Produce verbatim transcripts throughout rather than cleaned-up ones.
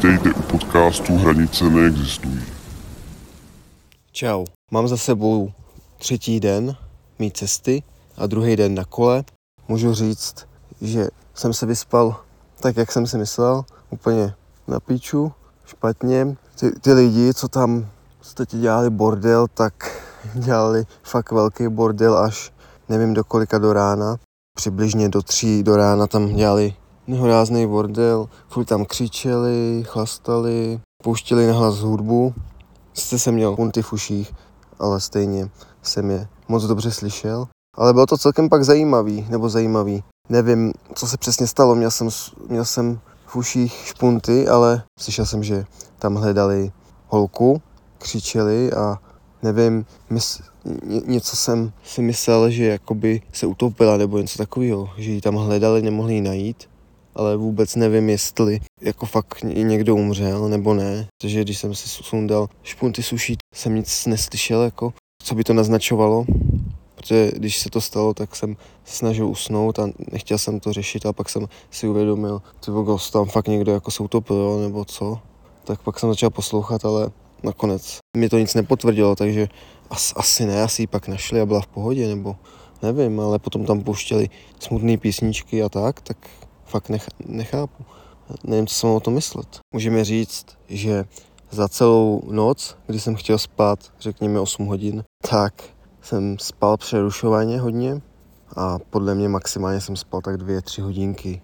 Vítejte u podcastu Hranice neexistují. Čau, mám za sebou třetí den mý cesty a druhý den na kole. Můžu říct, že jsem se vyspal tak, jak jsem si myslel, úplně na píču, špatně. Ty, ty lidi, co tam co teď dělali bordel, tak dělali fakt velký bordel až nevím do kolika do rána. Přibližně do tří do rána tam dělali nehorázný bordel, furt tam křičeli, chlastali, pouštěli nahlas hudbu. Sice jsem měl punty v uších, ale stejně jsem je moc dobře slyšel. Ale bylo to celkem pak zajímavý, nebo zajímavý. Nevím, co se přesně stalo, měl jsem, měl jsem v uších špunty, ale slyšel jsem, že tam hledali holku, křičeli a nevím, mys- ně- něco jsem si myslel, že jakoby se utopila nebo něco takového, že ji tam hledali, nemohli ji najít, ale vůbec nevím, jestli jako fakt někdo umřel nebo ne, protože když jsem si sundal špunty z uší, jsem nic neslyšel, jako, co by to naznačovalo, protože když se to stalo, tak jsem se snažil usnout a nechtěl jsem to řešit a pak jsem si uvědomil, ty vogo, tam fakt někdo jako se utopil, nebo co, tak pak jsem začal poslouchat, ale nakonec mi to nic nepotvrdilo, takže as, asi ne, asi ji pak našli a byla v pohodě, nebo nevím, ale potom tam pouštěli smutné písničky a tak, tak fakt nech, nechápu. Nevím, co jsem o tom myslet. Můžeme říct, že za celou noc, kdy jsem chtěl spát, řekněme osm hodin, tak jsem spal přerušovaně hodně a podle mě maximálně jsem spal tak dvě, tři hodinky.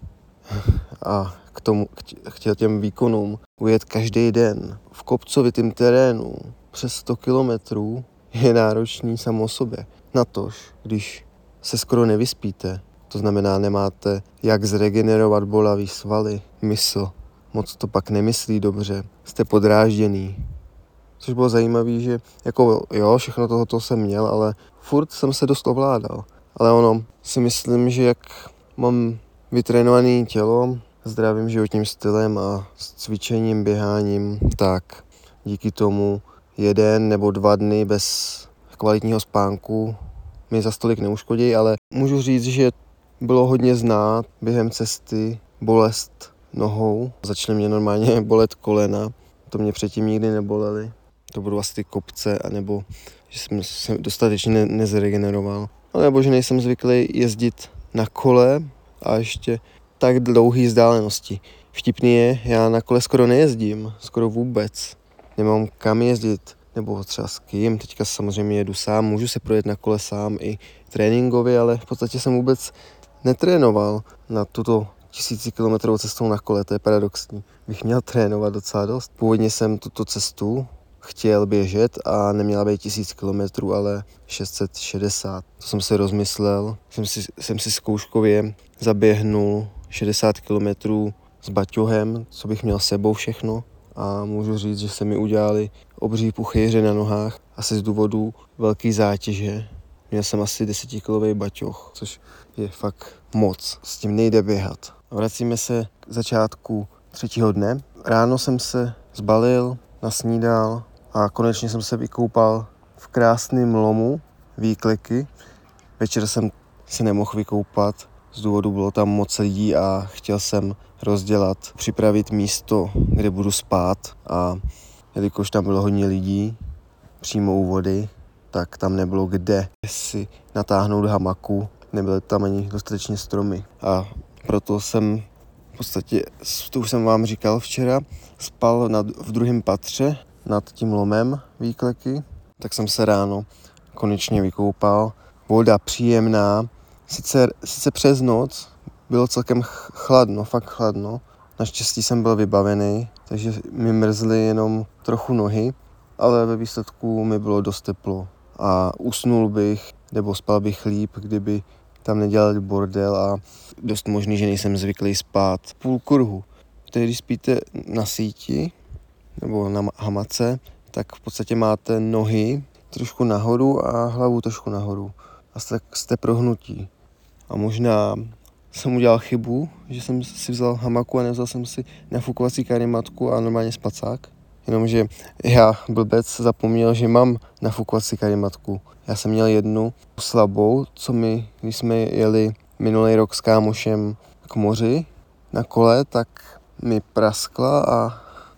A k tomu, chtěl těm výkonům ujet každý den v kopcovitém terénu přes sto kilometrů je náročný samo o sobě. Natož, když se skoro nevyspíte, to znamená nemáte jak zregenerovat bolavý svaly, mysl, moc to pak nemyslí dobře, jste podrážděný. Což bylo zajímavé, že jako jo, všechno tohoto jsem měl, ale furt jsem se dost ovládal. Ale ono, si myslím, že jak mám vytrénované tělo, zdravým životním stylem a s cvičením, běháním, tak díky tomu jeden nebo dva dny bez kvalitního spánku mi za stolik neuškodí, ale můžu říct, že bylo hodně znát během cesty bolest nohou. Začaly mě normálně bolet kolena, to mě předtím nikdy nebolely. To budou asi ty kopce, anebo že jsem se dostatečně ne- nezregeneroval. A nebo že nejsem zvyklý jezdit na kole a ještě tak dlouhý vzdálenosti. Vtipný je, já na kole skoro nejezdím, skoro vůbec. Nemám kam jezdit, nebo třeba s kým, teďka samozřejmě jedu sám, můžu se projet na kole sám i tréninkově, ale v podstatě jsem vůbec netrénoval na tuto tisícikilometrovou cestou na kole, to je paradoxní. Bych měl trénovat docela dost. Původně jsem tuto cestu chtěl běžet a neměla být tisíc kilometrů, ale šest set šedesát. To jsem si rozmyslel, jsem si, jsem si zkouškově zaběhnul šedesát kilometrů s baťohem, co bych měl s sebou všechno. A můžu říct, že se mi udělali obří puchýře na nohách, asi z důvodu velké zátěže. Měl jsem asi desetikilový baťoch, což je fakt moc. S tím nejde běhat. Vracíme se k začátku třetího dne. Ráno jsem se zbalil, nasnídal a konečně jsem se vykoupal v krásném lomu Výkleky. Večer jsem se nemohl vykoupat, z důvodu bylo tam moc lidí a chtěl jsem rozdělat, připravit místo, kde budu spát a jelikož tam bylo hodně lidí přímo u vody, tak tam nebylo kde si natáhnout hamaku, nebyly tam ani dostatečně stromy a proto jsem v podstatě, to už jsem vám říkal včera, spal nad, v druhém patře nad tím lomem Výkleky, tak jsem se ráno konečně vykoupal. Voda příjemná, sice, sice přes noc bylo celkem chladno, fakt chladno. Naštěstí jsem byl vybavený, takže mi mrzly jenom trochu nohy, ale ve výsledku mi bylo dost teplo. A usnul bych, nebo spal bych líp, kdyby tam nedělali bordel a dost možný, že nejsem zvyklý spát půl kruhu. Tedy když spíte na síti nebo na hamace, tak v podstatě máte nohy trošku nahoru a hlavu trošku nahoru. A jste, jste prohnutí. A možná jsem udělal chybu, že jsem si vzal hamaku a nevzal jsem si nafukovací karimatku a normálně spacák. Jenomže já, blbec, zapomněl, že mám nafukovací karimatku. Já jsem měl jednu slabou, co mi, když jsme jeli minulý rok s kámošem k moři na kole, tak mi praskla a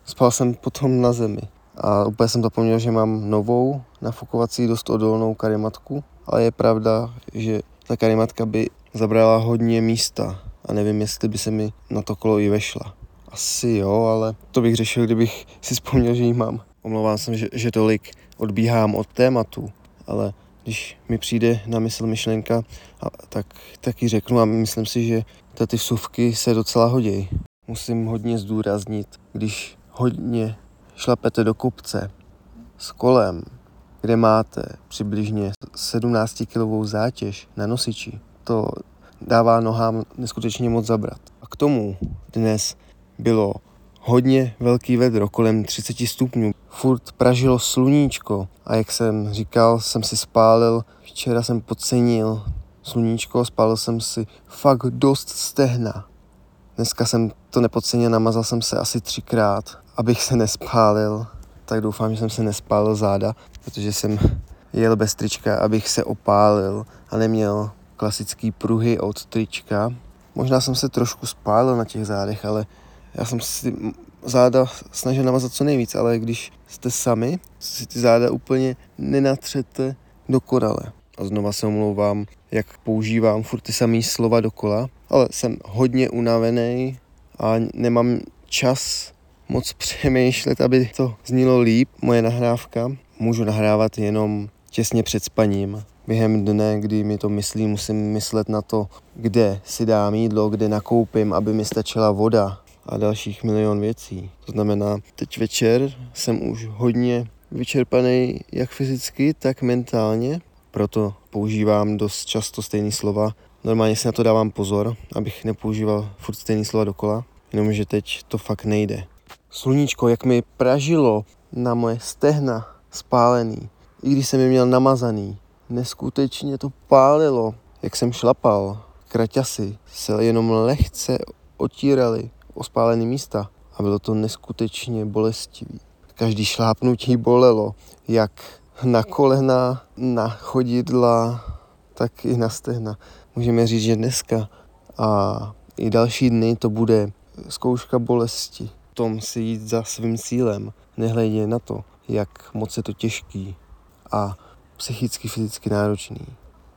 spal jsem potom na zemi. A úplně jsem zapomněl, že mám novou nafukovací dost odolnou karimatku, ale je pravda, že ta karimatka by zabrala hodně místa a nevím, jestli by se mi na to kolo i vešla. Asi jo, ale to bych řešil, kdybych si vzpomněl, že ji mám. Omlouvám se, že, že tolik odbíhám od tématu, ale když mi přijde na mysl myšlenka, a tak, tak ji řeknu a myslím si, že ty vsuvky se docela hodí. Musím hodně zdůraznit, když hodně šlapete do kopce s kolem, kde máte přibližně sedmnáctikilovou zátěž na nosiči, to dává nohám neskutečně moc zabrat. A k tomu dnes bylo hodně velký vedro, kolem třicet stupňů. Furt pražilo sluníčko a jak jsem říkal, jsem si spálil, včera jsem podcenil sluníčko, spálil jsem si fakt dost stehna. Dneska jsem to nepodcenil, namazal jsem se asi třikrát, abych se nespálil. Tak doufám, že jsem se nespálil záda, protože jsem jel bez trička, abych se opálil a neměl klasický pruhy od trička. Možná jsem se trošku spálil na těch zádech, ale já jsem si záda snažil namazat co nejvíc, ale když jste sami, si ty záda úplně nenatřete dokonale. A znova se omlouvám, jak používám furt ty samý slova dokola, ale jsem hodně unavený a nemám čas moc přemýšlet, aby to znělo líp. Moje nahrávka můžu nahrávat jenom těsně před spaním. Během dne, kdy mi to myslí, musím myslet na to, kde si dám jídlo, kde nakoupím, aby mi stačila voda a dalších milion věcí. To znamená, teď večer jsem už hodně vyčerpaný jak fyzicky, tak mentálně, proto používám dost často stejný slova. Normálně si na to dávám pozor, abych nepoužíval furt stejný slova dokola, jenomže teď to fakt nejde. Sluníčko, jak mi pražilo na moje stehna spálený, i když jsem je měl namazaný, neskutečně to pálilo, jak jsem šlapal. Kraťasy se jenom lehce otírali o spálený místa a bylo to neskutečně bolestivý. Každý šlápnutí bolelo, jak na kolena, na chodidla, tak i na stehna. Můžeme říct, že dneska a i další dny to bude zkouška bolesti. V tom si jít za svým cílem, nehledě na to, jak moc je to těžký a psychicky, fyzicky náročný.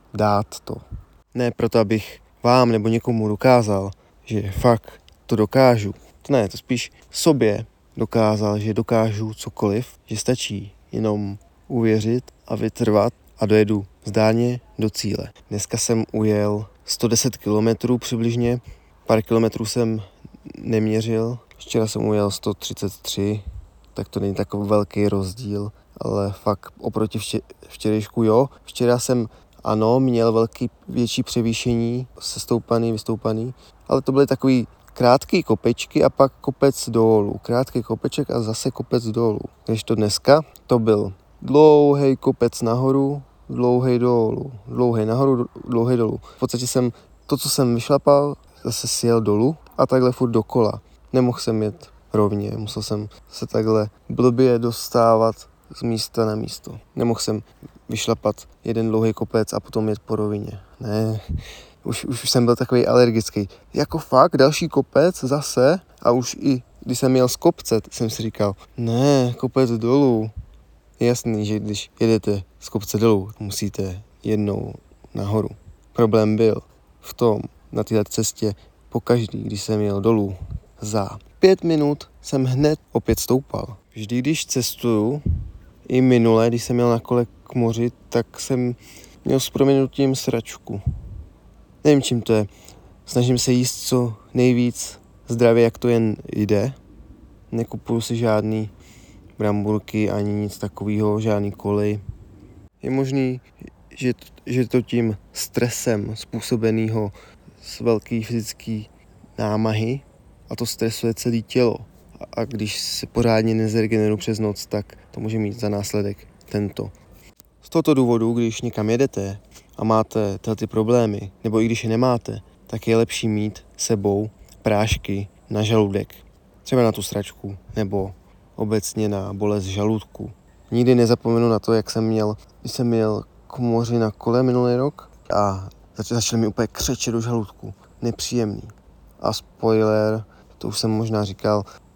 Dát to. Ne proto, abych vám nebo někomu dokázal, že fakt to dokážu. To ne, to spíš sobě dokázal, že dokážu cokoliv, že stačí jenom uvěřit a vytrvat a dojedu zdárně do cíle. Dneska jsem ujel sto deset kilometrů přibližně, pár kilometrů jsem neměřil, včera jsem ujel sto třicet tři, tak to není takový velký rozdíl, ale fakt oproti vče- včerejšku jo. Včera jsem ano, měl velký větší převýšení, sestoupaný, vystoupaný, ale to byly takový krátký kopečky a pak kopec dolů. Krátký kopeček a zase kopec dolů. Když to dneska, to byl dlouhý kopec nahoru, dlouhý dolů, dlouhý nahoru, dlouhý dolů. V podstatě jsem to, co jsem vyšlapal, zase sjel dolů a takhle furt dokola. Nemohl jsem jet rovně, musel jsem se takhle blbě dostávat z místa na místo. Nemohl jsem vyšlapat jeden dlouhý kopec a potom jet po rovině. Ne, už, už jsem byl takový alergický. Jako fakt, další kopec zase a už i když jsem jel z kopce, jsem si říkal, ne, kopec dolů. Je jasný, že když jedete z kopce dolů, musíte jednou nahoru. Problém byl v tom, na této cestě, pokaždý, když jsem jel dolů, za pět minut jsem hned opět stoupal. Vždy, když cestuju, i minule, když jsem jel na kole k moři, tak jsem měl s prominutím sračku. Nevím, čím to je. Snažím se jíst co nejvíc zdravě, jak to jen jde. Nekupuju si žádný bramburky ani nic takového, žádný kolej. Je možný, že, že to tím stresem způsobenýho z velký fyzický námahy a to stresuje celé tělo. A když se pořádně nezregeneruju přes noc, tak to může mít za následek tento. Z tohoto důvodu, když někam jedete a máte tyhle ty problémy, nebo i když je nemáte, tak je lepší mít sebou prášky na žaludek. Třeba na tu sračku, nebo obecně na bolest žaludku. Nikdy nezapomenu na to, jak jsem měl, když jsem měl k moři na kole minulý rok a začal mi úplně křečet do žaludku. Nepříjemný. A spoiler, to už jsem možná říkal,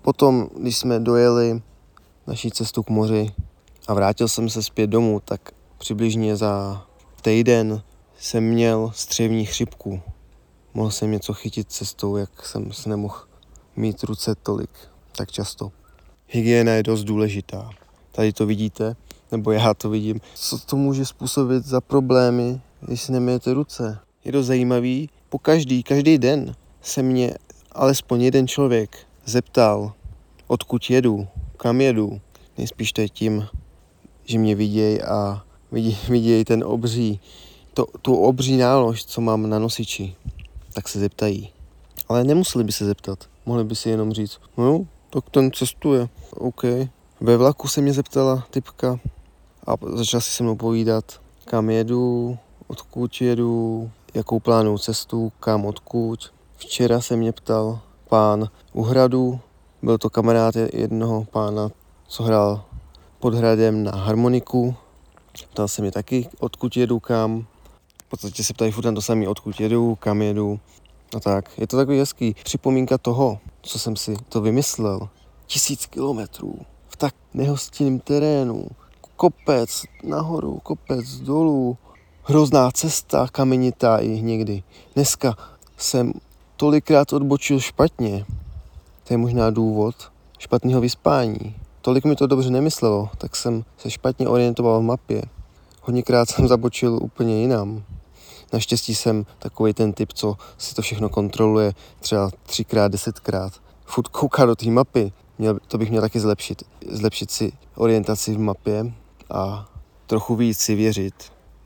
Potom, když jsme dojeli naší cestu k moři a vrátil jsem se zpět domů, tak přibližně za týden jsem měl střevní chřipku. Mohl jsem něco chytit cestou, jak jsem se nemohl mít ruce tolik, tak často. Hygiena je dost důležitá. Tady to vidíte, nebo já to vidím. Co to může způsobit za problémy, když si nemijete ruce? Je to zajímavý. Po každý, každý den se mě alespoň jeden člověk zeptal, odkud jedu, kam jedu. Nejspíš to je tím, že mě vidějí a vidí, vidějí ten obří, to, tu obří nálož, co mám na nosiči. Tak se zeptají. Ale nemuseli by se zeptat. Mohli by si jenom říct, no, tak ten cestuje. OK. Ve vlaku se mě zeptala typka a začala si se mnou povídat, kam jedu, odkud jedu, jakou plánuju cestu, kam, odkud. Včera se mě ptal pán u hradu, byl to kamarád jednoho pána, co hrál pod hradem na harmoniku. Ptal se mě taky, odkud jedu, kam. V podstatě se ptají furt to samý, odkud jedu, kam jedu. A tak, je to takový hezký připomínka toho, co jsem si to vymyslel. Tisíc kilometrů v tak nehostinném terénu. Kopec nahoru, kopec dolů. Hrozná cesta, kamenitá i někdy. Dneska jsem tolikrát odbočil špatně. To je možná důvod špatného vyspání. Tolik mi to dobře nemyslelo, tak jsem se špatně orientoval v mapě. Hodněkrát jsem zabočil úplně jinam. Naštěstí jsem takový ten typ, co si to všechno kontroluje třeba třikrát, desetkrát. Furt kouká do té mapy. Měl, to bych měl taky zlepšit. Zlepšit si orientaci v mapě a trochu víc si věřit,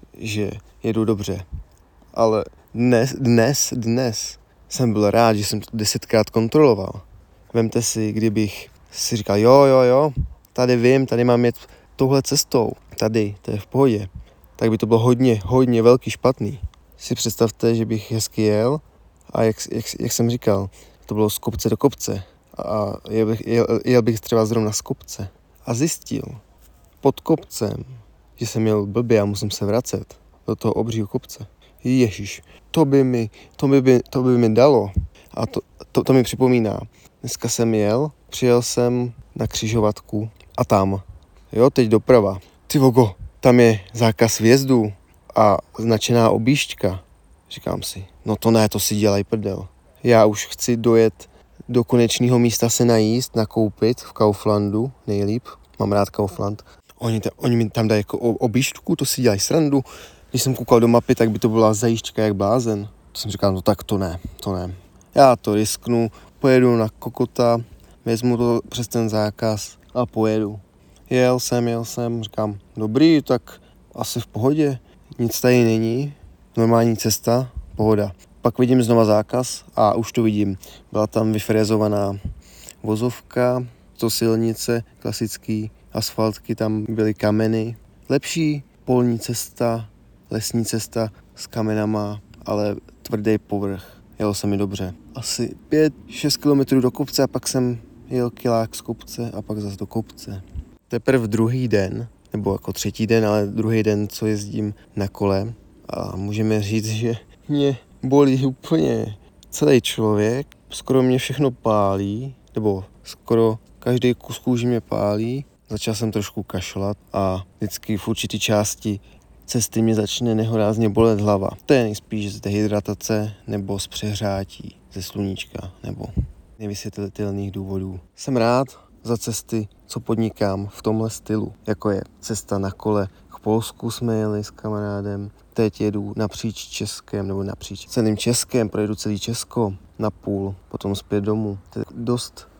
že jedu dobře. Ale dnes, dnes, dnes jsem byl rád, že jsem to desetkrát kontroloval. Vemte si, kdybych si říkal, jo, jo, jo, tady vím, tady mám jet touhle cestou, tady, to je v pohodě. Tak by to bylo hodně, hodně velký špatný. Si představte, že bych hezky jel a jak, jak, jak jsem říkal, to bylo z kopce do kopce a jel bych, jel, jel bych třeba zrovna z kopce a zjistil pod kopcem, že jsem jel blbě a musím se vracet do toho obřího kopce. Ježiš, to by mi, to by, by, to by mi dalo a to, to, to mi připomíná. Dneska jsem jel, přijel jsem na křižovatku a tam, jo, teď doprava. Ty vogo, tam je zákaz vjezdu a značená objížďka. Říkám si, no to ne, to si dělaj prdel. Já už chci dojet do konečného místa se najíst, nakoupit v Kauflandu, nejlíp. Mám rád Kaufland. Oni, ta, oni mi tam dají jako objížďku, to si dělají srandu. Když jsem koukal do mapy, tak by to byla zajížďka jak blázen. To jsem říkal, no tak to ne, to ne. Já to risknu, pojedu na kokota, vezmu to přes ten zákaz a pojedu. Jel jsem, jel jsem, říkám, dobrý, tak asi v pohodě, nic tady není, normální cesta, pohoda. Pak vidím znova zákaz a už to vidím. Byla tam vyfrézovaná vozovka, to silnice, klasický asfaltky, tam byly kameny. Lepší polní cesta, lesní cesta s kamenama, ale tvrdý povrch. Jelo se mi dobře. Asi pět šest kilometrů do kopce a pak jsem jel kilák z kopce a pak zase do kopce. Teprve druhý den, nebo jako třetí den, ale druhý den, co jezdím na kole a můžeme říct, že mě bolí úplně celý člověk, skoro mě všechno pálí, nebo skoro každý kus kůži mě pálí. Začal jsem trošku kašlat a vždycky v určitý části cesty mě začne nehorázně bolet hlava. To je nejspíš z dehydratace nebo z přehřátí, ze sluníčka nebo nevysvětlitelných důvodů. Jsem rád za cesty, co podnikám v tomhle stylu, jako je cesta na kole. K Polsku jsme jeli s kamarádem, teď jedu napříč Českem, nebo napříč celým Českem, projedu celý Česko na půl, potom zpět domů. To je dost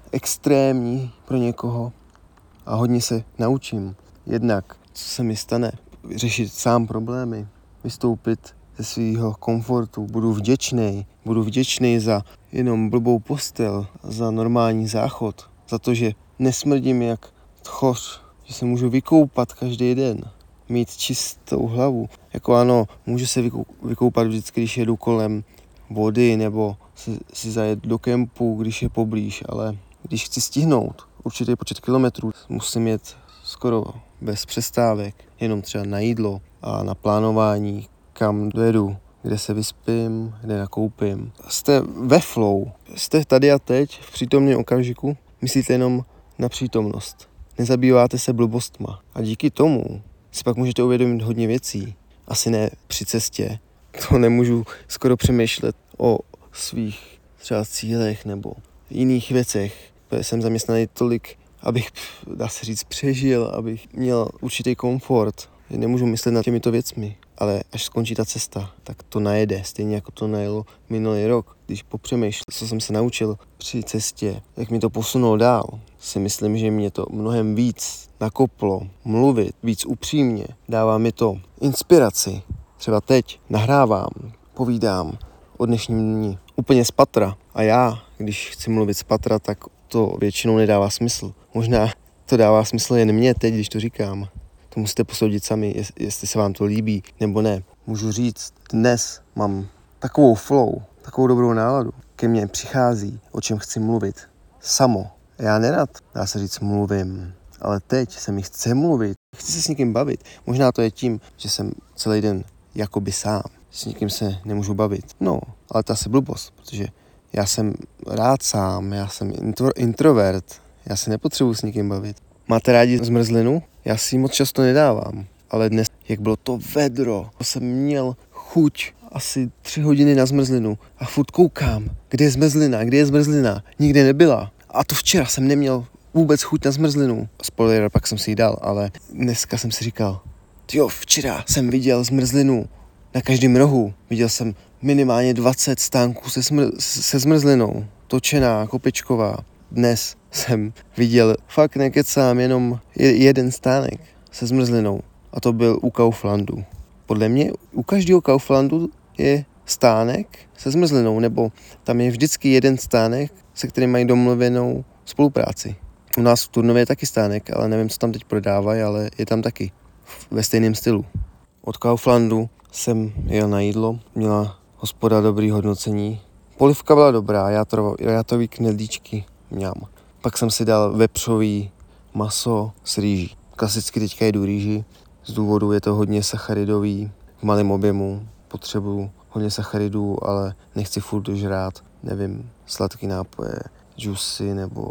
extrémní pro někoho a hodně se naučím. Jednak, co se mi stane, řešit sám problémy, vystoupit ze svého komfortu, budu vděčný, budu vděčný za jenom blbou postel, za normální záchod, za to, že nesmrdím jak tchoř, že se můžu vykoupat každý den, mít čistou hlavu. Jako ano, můžu se vykoupat vždycky, když jedu kolem vody, nebo si, si zajet do kempu, když je poblíž, ale když chci stihnout určitý počet kilometrů, musím jet skoro bez přestávek, jenom třeba na jídlo a na plánování, kam dojedu, kde se vyspím, kde nakoupím. Jste ve flow, jste tady a teď, v přítomném okamžiku, myslíte jenom na přítomnost. Nezabýváte se blbostma. A díky tomu si pak můžete uvědomit hodně věcí. Asi ne při cestě. To nemůžu skoro přemýšlet o svých třeba cílech nebo jiných věcech. Protože jsem zaměstnaný tolik, abych, dá se říct, přežil, abych měl určitý komfort. Nemůžu myslet nad těmito věcmi. Ale až skončí ta cesta, tak to najede. Stejně jako to najelo minulý rok. Když popřemýšlím, co jsem se naučil při cestě, jak mi to posunulo dál, si myslím, že mě to mnohem víc nakoplo mluvit, víc upřímně. Dává mi to inspiraci. Třeba teď nahrávám, povídám o dnešním dní úplně z patra. A já, když chci mluvit z patra, tak to většinou nedává smysl. Možná to dává smysl jen mně teď, když to říkám. To musíte posoudit sami, jestli se vám to líbí nebo ne. Můžu říct, dnes mám takovou flow, takovou dobrou náladu. Ke mně přichází, o čem chci mluvit. Samo. Já nerad, dá se říct, mluvím. Ale teď se mi chce mluvit. Chci se s někým bavit. Možná to je tím, že jsem celý den jakoby sám. S někým se nemůžu bavit. No, ale to je asi blbost, protože já jsem rád sám, já jsem intro, introvert. Já se nepotřebuji s někým bavit. Máte rádi zmrzlinu? Já si ji moc často nedávám. Ale dnes, jak bylo to vedro, jsem měl chuť asi tři hodiny na zmrzlinu a furt koukám, kde je zmrzlina, kde je zmrzlina. Nikde nebyla. A to včera jsem neměl vůbec chuť na zmrzlinu. Spoiler, pak jsem si ji dal, ale dneska jsem si říkal, jo, včera jsem viděl zmrzlinu na každém rohu. Viděl jsem minimálně dvacet stánků se, smr- se zmrzlinou. Točená, kopečková. Dnes jsem viděl, fakt nekecám, jenom jeden stánek se zmrzlinou. A to byl u Kauflandu. Podle mě u každého Kauflandu je stánek se zmrzlinou, nebo tam je vždycky jeden stánek, se kterým mají domluvenou spolupráci. U nás v Turnově je taky stánek, ale nevím, co tam teď prodávají, ale je tam taky ve stejném stylu. Od Kauflandu jsem jel na jídlo, měla hospoda dobrý hodnocení. Polivka byla dobrá, játový knedlíčky mňam. Pak jsem si dal vepřový maso s rýží. Klasicky teďka jedu rýži, z důvodu je to hodně sacharidový, v malém objemu, potřebuju hodně sacharidů, ale nechci furt žrát, nevím, sladký nápoje, džusy nebo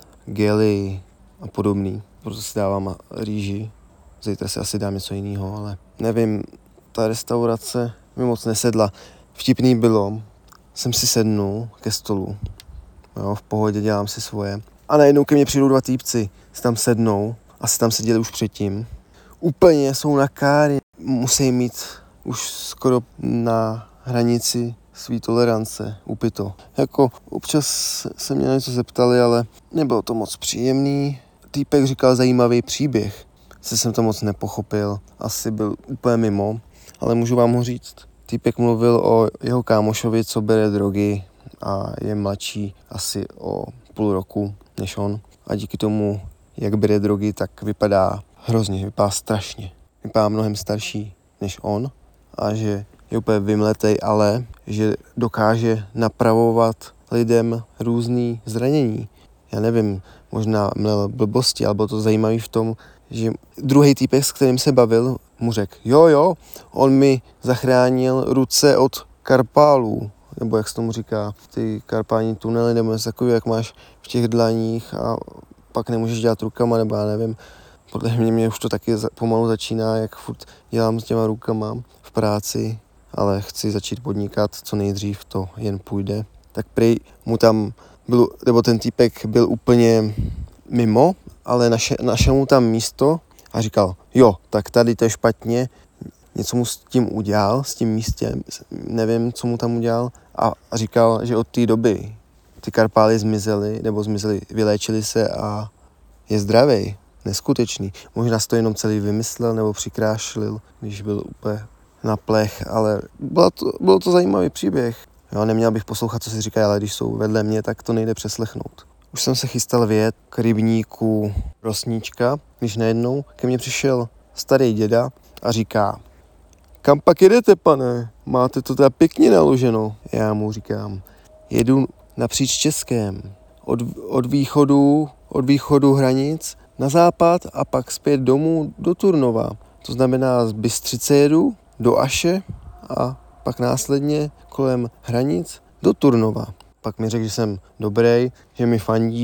gely a podobný. Proto si dávám rýži, zítra si asi dám něco jiného, ale nevím, ta restaurace mi moc nesedla. Vtipný bylo, jsem si sednul ke stolu, jo, v pohodě dělám si svoje a najednou ke mně přijdou dva týpci, si tam sednou, asi tam seděli už předtím. Úplně jsou na káry, musí mít už skoro na hranici svý tolerance, upito. Jako občas se mě na něco zeptali, ale nebylo to moc příjemný. Týpek říkal zajímavý příběh, se jsem to moc nepochopil, asi byl úplně mimo, ale můžu vám ho říct. Týpek mluvil o jeho kámošovi, co bere drogy a je mladší asi o půl roku než on. A díky tomu, jak bere drogy, tak vypadá hrozně, vypadá strašně. Vypadá mnohem starší než on a že je úplně vymletej, ale že dokáže napravovat lidem různý zranění. Já nevím, možná mlel blbosti, ale bylo to zajímavé v tom, že druhý týpek, s kterým se bavil, mu řekl, jo, jo, on mi zachránil ruce od karpálů, nebo jak se tomu říká, ty karpální tunely, nebo něco takového, jak máš v těch dlaních a pak nemůžeš dělat rukama, nebo já nevím. Podle mě, mě už to taky pomalu začíná, jak furt dělám s těma rukama v práci, ale chci začít podnikat, co nejdřív to jen půjde. Tak prej mu tam byl, nebo ten týpek byl úplně mimo, ale naše, našel mu tam místo a říkal, jo, tak tady to je špatně, něco mu s tím udělal, s tím místem, nevím, co mu tam udělal a říkal, že od té doby ty karpály zmizely, nebo zmizely, vyléčily se a je zdravý, neskutečný. Možná si to jenom celý vymyslel nebo přikrášlil, když byl úplně na plech, ale bylo to, bylo to zajímavý příběh. Jo, neměl bych poslouchat, co si říkají, ale když jsou vedle mě, tak to nejde přeslechnout. Už jsem se chystal vyjet k rybníku Rosníčka, když najednou ke mně přišel starý děda a říká, kam pak jedete, pane? Máte to teda pěkně naloženo. Já mu říkám, jedu napříč Českém, od, od, východu, od východu hranic na západ a pak zpět domů do Turnova. To znamená, z Bystřice jedu do Aše a pak následně kolem hranic do Turnova. Pak mi řekl, že jsem dobrý, že mi fandí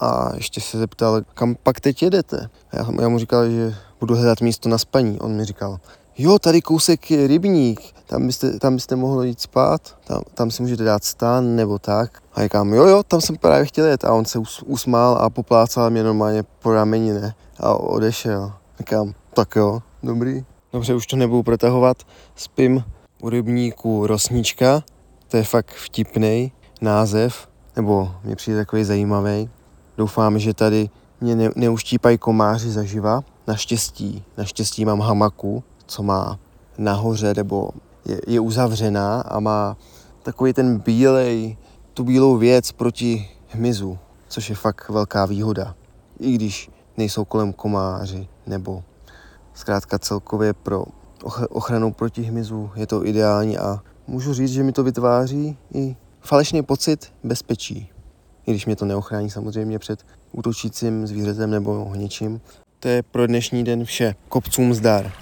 a ještě se zeptal, kam pak teď jedete. Já, já mu říkal, že budu hledat místo na spaní. On mi říkal, jo, tady kousek je rybník, tam byste, tam byste mohli jít spát, tam, tam si můžete dát stán nebo tak. A říkám, jo, jo, tam jsem právě chtěl jet. A on se us, usmál a poplácal mě normálně po rameni, ne? A odešel. Říkám, tak jo, dobrý. Dobře, už to nebudu protahovat. Spím u rybníku Rosnička, to je fakt vtipnej název, nebo mě přijde takový zajímavý. Doufám, že tady mě ne, neuštípají komáři zaživa. Naštěstí, naštěstí mám hamaku, co má nahoře, nebo je, je uzavřená a má takový ten bílej, tu bílou věc proti hmyzu, což je fakt velká výhoda. I když nejsou kolem komáři, nebo zkrátka celkově pro ochranu proti hmyzu je to ideální a můžu říct, že mi to vytváří i falešný pocit bezpečí. I když mě to neochrání samozřejmě před útočícím zvířetem nebo něčím. To je pro dnešní den vše. Kopcům zdar.